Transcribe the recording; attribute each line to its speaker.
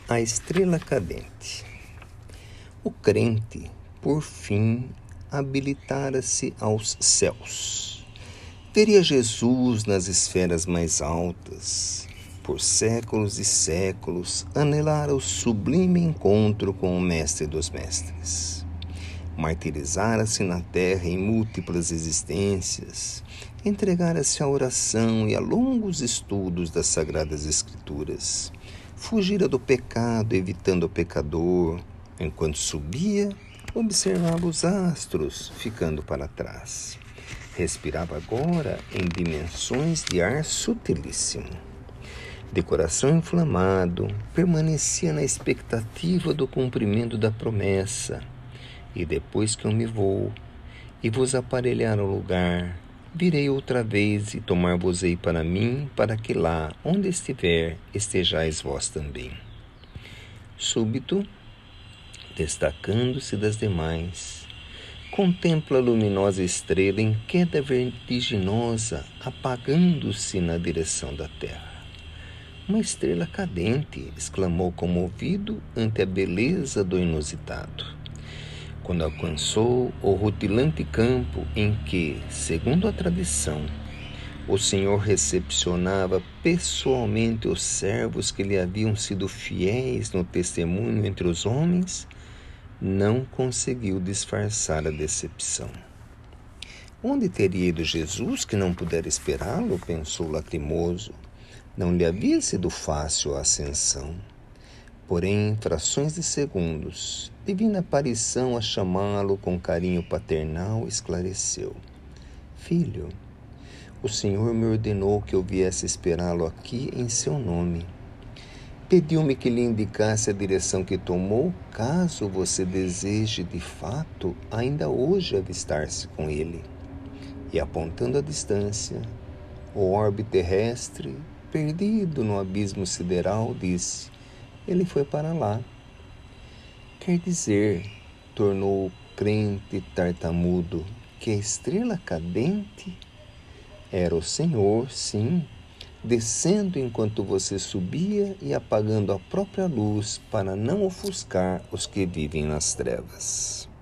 Speaker 1: A estrela cadente. O crente, por fim, habilitara-se aos céus. Veria Jesus nas esferas mais altas. Por séculos e séculos, anelara o sublime encontro com o Mestre dos Mestres. Martirizara-se na terra em múltiplas existências, entregara-se à oração e a longos estudos das Sagradas Escrituras. Fugira do pecado, evitando o pecador. Enquanto subia, observava os astros, ficando para trás. Respirava agora em dimensões de ar sutilíssimo. De coração inflamado, permanecia na expectativa do cumprimento da promessa. E depois que eu me vou, e vos aparelhar o lugar, virei outra vez e tomar-vos-ei para mim, para que lá, onde estiver, estejais vós também. Súbito, destacando-se das demais, contempla a luminosa estrela em queda vertiginosa, apagando-se na direção da terra. Uma estrela cadente, exclamou comovido ante a beleza do inusitado. Quando alcançou o rutilante campo em que, segundo a tradição, o Senhor recepcionava pessoalmente os servos que lhe haviam sido fiéis no testemunho entre os homens, não conseguiu disfarçar a decepção. Onde teria ido Jesus que não pudera esperá-lo? Pensou lacrimoso. Não lhe havia sido fácil a ascensão. Porém, em frações de segundos, divina aparição a chamá-lo com carinho paternal esclareceu. Filho, o Senhor me ordenou que eu viesse esperá-lo aqui em seu nome. Pediu-me que lhe indicasse a direção que tomou, caso você deseje de fato ainda hoje avistar-se com ele. E apontando a distância, o orbe terrestre, perdido no abismo sideral, disse: ele foi para lá. Quer dizer, tornou o crente tartamudo, que a estrela cadente era o Senhor, sim, descendo enquanto você subia e apagando a própria luz para não ofuscar os que vivem nas trevas.